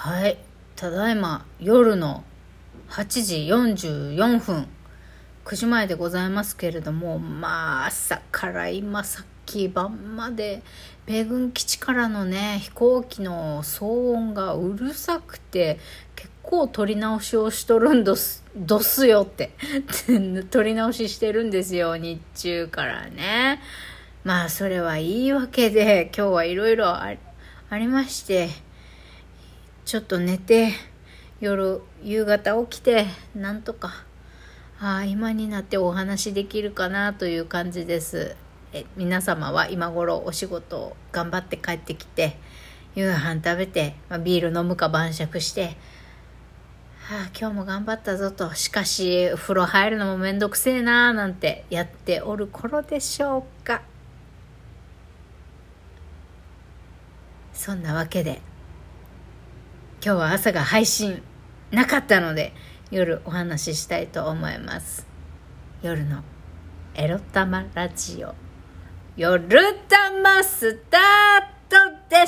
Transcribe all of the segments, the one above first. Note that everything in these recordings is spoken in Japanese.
はい、ただいま夜の8時44分、9時前でございますけれども、朝から今さっき晩まで米軍基地からのね飛行機の騒音がうるさくて、結構撮り直しをしとるんどすよって撮り直ししてるんですよ、日中からね。それはいいわけで、今日はいろいろありまして、ちょっと寝て夕方起きてなんとか今になってお話できるかなという感じです。皆様は今頃お仕事を頑張って帰ってきて夕飯食べて、ビール飲むか晩酌して、今日も頑張ったぞと、しかし風呂入るのもめんどくせえななんてやっておる頃でしょうか。そんなわけで今日は朝が配信なかったので夜お話ししたいと思います。夜のエロ玉ラジオ、夜玉スタートです。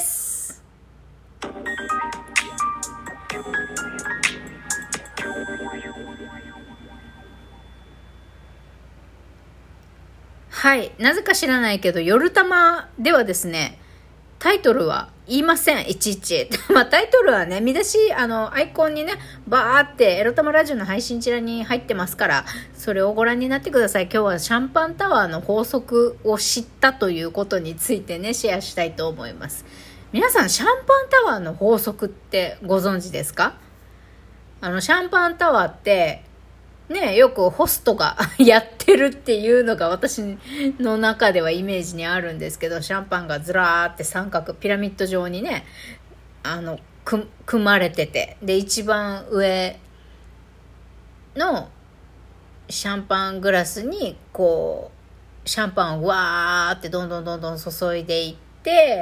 はい、なぜか知らないけど夜玉ではですね、タイトルは言いません、いちいちタイトルはね、見出しアイコンにねバーってエロ玉ラジオの配信チラに入ってますから、それをご覧になってください。今日はシャンパンタワーの法則を知ったということについてねシェアしたいと思います。皆さん、シャンパンタワーの法則ってご存知ですか？シャンパンタワーってね、よくホストがやってるっていうのが私の中ではイメージにあるんですけど、シャンパンがずらーって三角ピラミッド状にね組まれてて、で一番上のシャンパングラスにこうシャンパンをわーってどんどん注いでいって、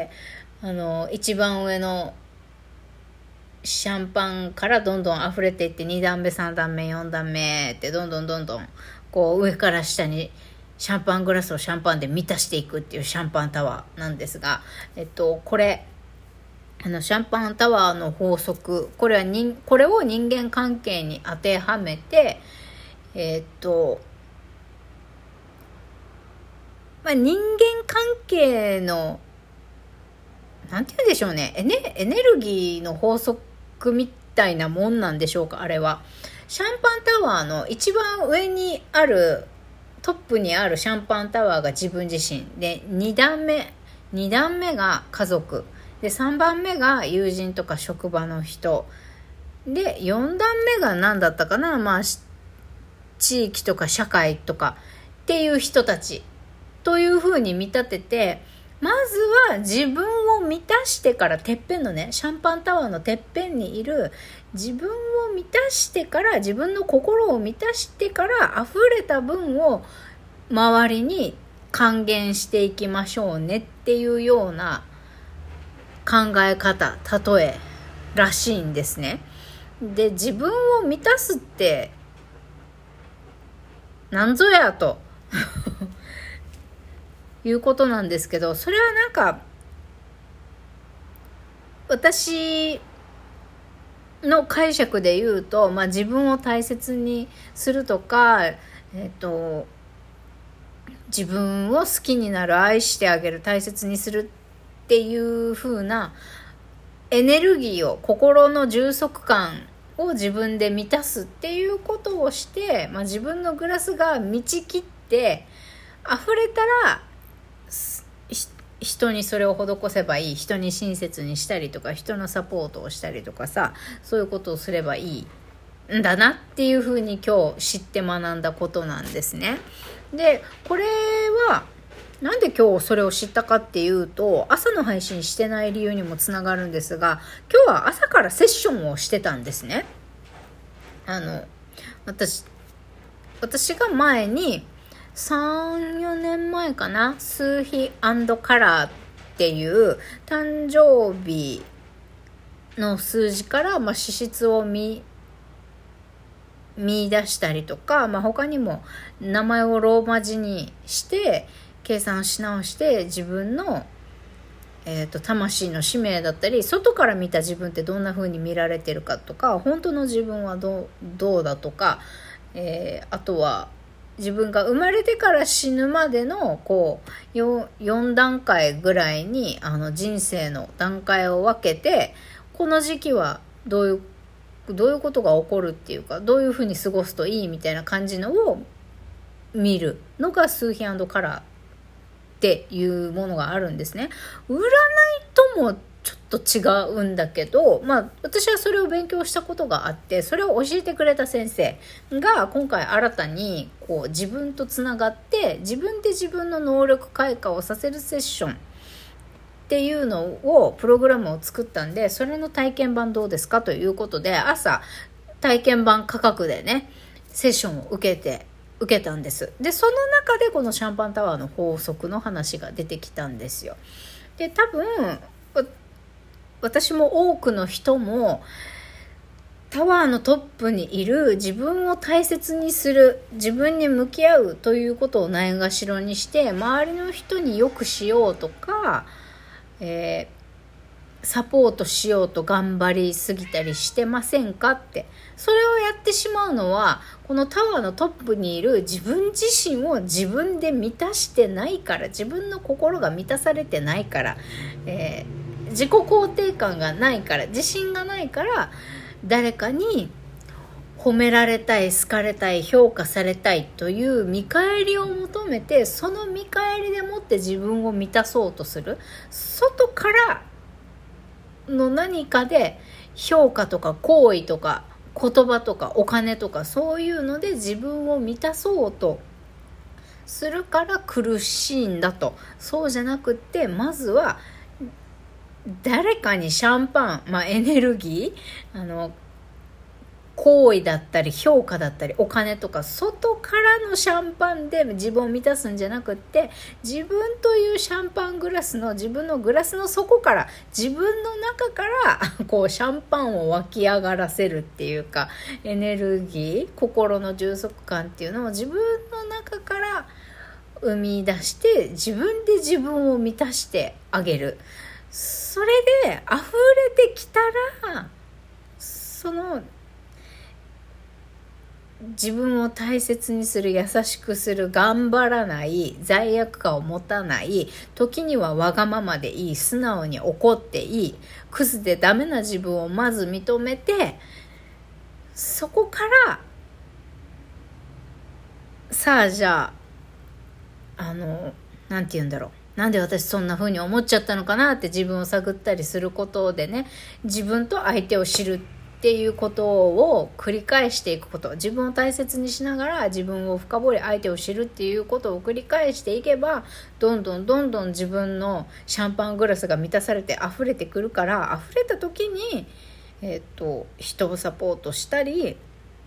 一番上のシャンパンからどんどん溢れていって、2段目3段目4段目ってどんどんこう上から下にシャンパングラスをシャンパンで満たしていくっていうシャンパンタワーなんですが、これシャンパンタワーの法則、これを人間関係に当てはめて、人間関係のなんて言うんでしょうね、エネルギーの法則みたいなもんなんでしょうか。あれはシャンパンタワーの一番上にあるトップにあるシャンパンタワーが自分自身で、2段目が家族で、3番目が友人とか職場の人で、4段目が何だったかな、地域とか社会とかっていう人たちというふうに見立てて、まずは自分を満たしてから、てっぺんのね、シャンパンタワーのてっぺんにいる自分を満たしてから、自分の心を満たしてから溢れた分を周りに還元していきましょうねっていうような考え方、例えらしいんですね。で、自分を満たすってなんぞやということなんですけど、それはなんか私の解釈で言うと、自分を大切にするとか、自分を好きになる、愛してあげる、大切にするっていう風なエネルギーを、心の充足感を自分で満たすっていうことをして、自分のグラスが満ちきって溢れたら人にそれを施せばいい、人に親切にしたりとか、人のサポートをしたりとかさ、そういうことをすればいいんだなっていうふうに今日知って学んだことなんですね。で、これはなんで今日それを知ったかっていうと、朝の配信してない理由にもつながるんですが、今日は朝からセッションをしてたんですね。私が前に3、4年前かな、数日&カラーっていう誕生日の数字から資質を見出したりとか、他にも名前をローマ字にして計算し直して自分の魂の使命だったり、外から見た自分ってどんな風に見られてるかとか、本当の自分はどうだとか、あとは自分が生まれてから死ぬまでのこう 4段階ぐらいに人生の段階を分けて、この時期はどういうことが起こるっていうか、どういうふうに過ごすといいみたいな感じのを見るのが数比&カラーっていうものがあるんですね。占いともちょっと違うんだけど、私はそれを勉強したことがあって、それを教えてくれた先生が今回新たにこう自分とつながって、自分で自分の能力開花をさせるセッションっていうのをプログラムを作ったんで、それの体験版どうですかということで、朝体験版価格でねセッションを受けたんです。でその中でこのシャンパンタワーの法則の話が出てきたんですよ。で多分私も多くの人もタワーのトップにいる自分を大切にする、自分に向き合うということをないがしろにして、周りの人に良くしようとか、サポートしようと頑張りすぎたりしてませんかって。それをやってしまうのは、このタワーのトップにいる自分自身を自分で満たしてないから、自分の心が満たされてないから、自己肯定感がないから、自信がないから、誰かに褒められたい、好かれたい、評価されたいという見返りを求めて、その見返りでもって自分を満たそうとする。外からの何かで評価とか行為とか言葉とかお金とかそういうので自分を満たそうとするから苦しいんだと。そうじゃなくって、まずは誰かにシャンパン、エネルギー、行為だったり評価だったりお金とか外からのシャンパンで自分を満たすんじゃなくって、自分というシャンパングラスの自分のグラスの底から、自分の中からこうシャンパンを湧き上がらせるっていうか、エネルギー、心の充足感っていうのを自分の中から生み出して、自分で自分を満たしてあげる。それで溢れてきたら、その自分を大切にする、優しくする、頑張らない、罪悪感を持たない、時にはわがままでいい、素直に怒っていい、クズでダメな自分をまず認めて、そこからさあじゃあなんて言うんだろう、なんで私そんな風に思っちゃったのかなって自分を探ったりすることでね、自分と相手を知るっていうことを繰り返していくこと、自分を大切にしながら自分を深掘り、相手を知るっていうことを繰り返していけば、どんどん自分のシャンパングラスが満たされて溢れてくるから、溢れた時に人をサポートしたり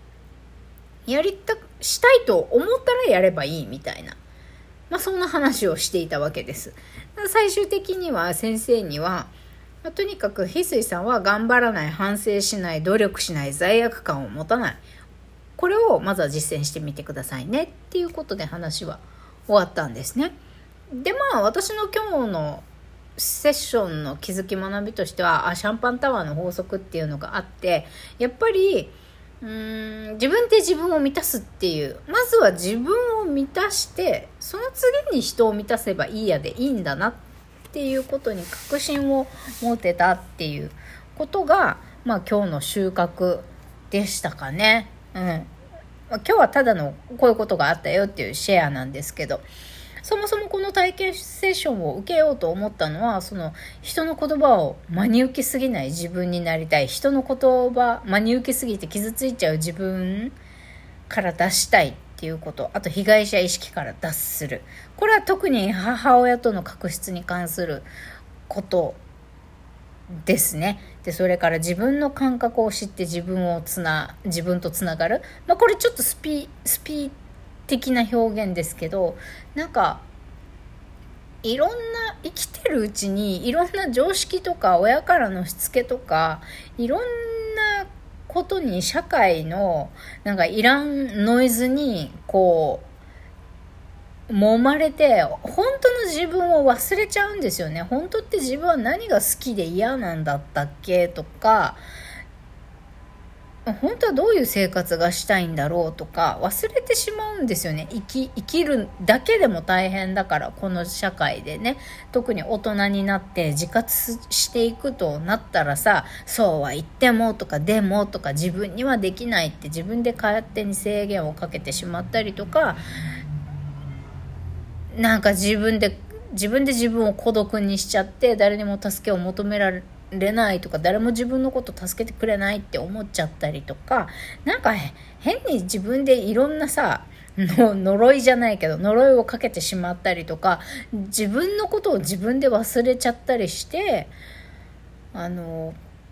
したいと思ったらやればいいみたいな、そんな話をしていたわけです。最終的には先生には、とにかく翡翠さんは頑張らない、反省しない、努力しない、罪悪感を持たない、これをまずは実践してみてくださいねっていうことで話は終わったんですね。で私の今日のセッションの気づき学びとしては、シャンパンタワーの法則っていうのがあって、やっぱり自分で自分を満たすっていう、まずは自分を満たして、その次に人を満たせばいいやでいいんだなっていうことに確信を持てたっていうことが、今日の収穫でしたかね。今日はただのこういうことがあったよっていうシェアなんですけど、そもそもこの体験セッションを受けようと思ったのは、その人の言葉を真に受けすぎない自分になりたい、人の言葉真に受けすぎて傷ついちゃう自分から脱したいっていうこと、あと被害者意識から脱する、これは特に母親との確執に関することですね。でそれから自分の感覚を知って自分とつながる、これちょっとスピ的な表現ですけど、なんかいろんな生きてるうちにいろんな常識とか親からのしつけとかいろんなことに、社会のなんかいらんノイズにこ揉まれて本当の自分を忘れちゃうんですよね。本当って自分は何が好きで嫌なんだったっけとか、本当はどういう生活がしたいんだろうとか忘れてしまうんですよね。生きるだけでも大変だから、この社会でね、特に大人になって自活していくとなったらさ、そうは言ってもとかでもとか自分にはできないって自分で勝手に制限をかけてしまったりとか、なんか自分で自分を孤独にしちゃって誰にも助けを求められないとか、誰も自分のこと助けてくれないって思っちゃったりとか、なんか変に自分でいろんなさ呪いじゃないけど呪いをかけてしまったりとか、自分のことを自分で忘れちゃったりして、本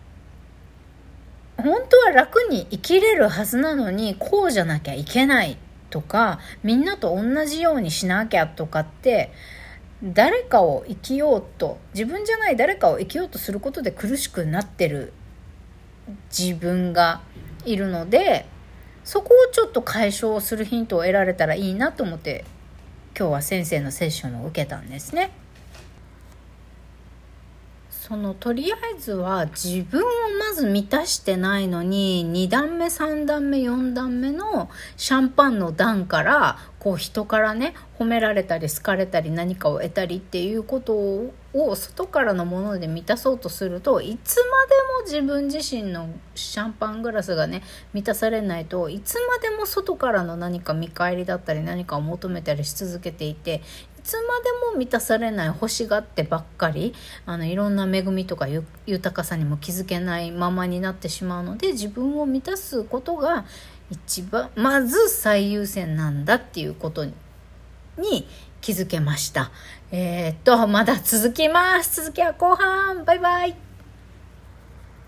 当は楽に生きれるはずなのにこうじゃなきゃいけないとか、みんなと同じようにしなきゃとかって、誰かを生きようと、自分じゃない誰かを生きようとすることで苦しくなってる自分がいるので、そこをちょっと解消するヒントを得られたらいいなと思って今日は先生のセッションを受けたんですね。とりあえずは自分をまず満たしてないのに、2段目3段目4段目のシャンパンの段から人からね褒められたり好かれたり何かを得たりっていうことを外からのもので満たそうとすると、いつまでも自分自身のシャンパングラスがね満たされないと、いつまでも外からの何か見返りだったり何かを求めたりし続けていて、いつまでも満たされない、欲しがってばっかりいろんな恵みとか豊かさにも気づけないままになってしまうので、自分を満たすことが一番まず最優先なんだっていうことに気づけました。まだ続きます。続きは後半。バイバイ。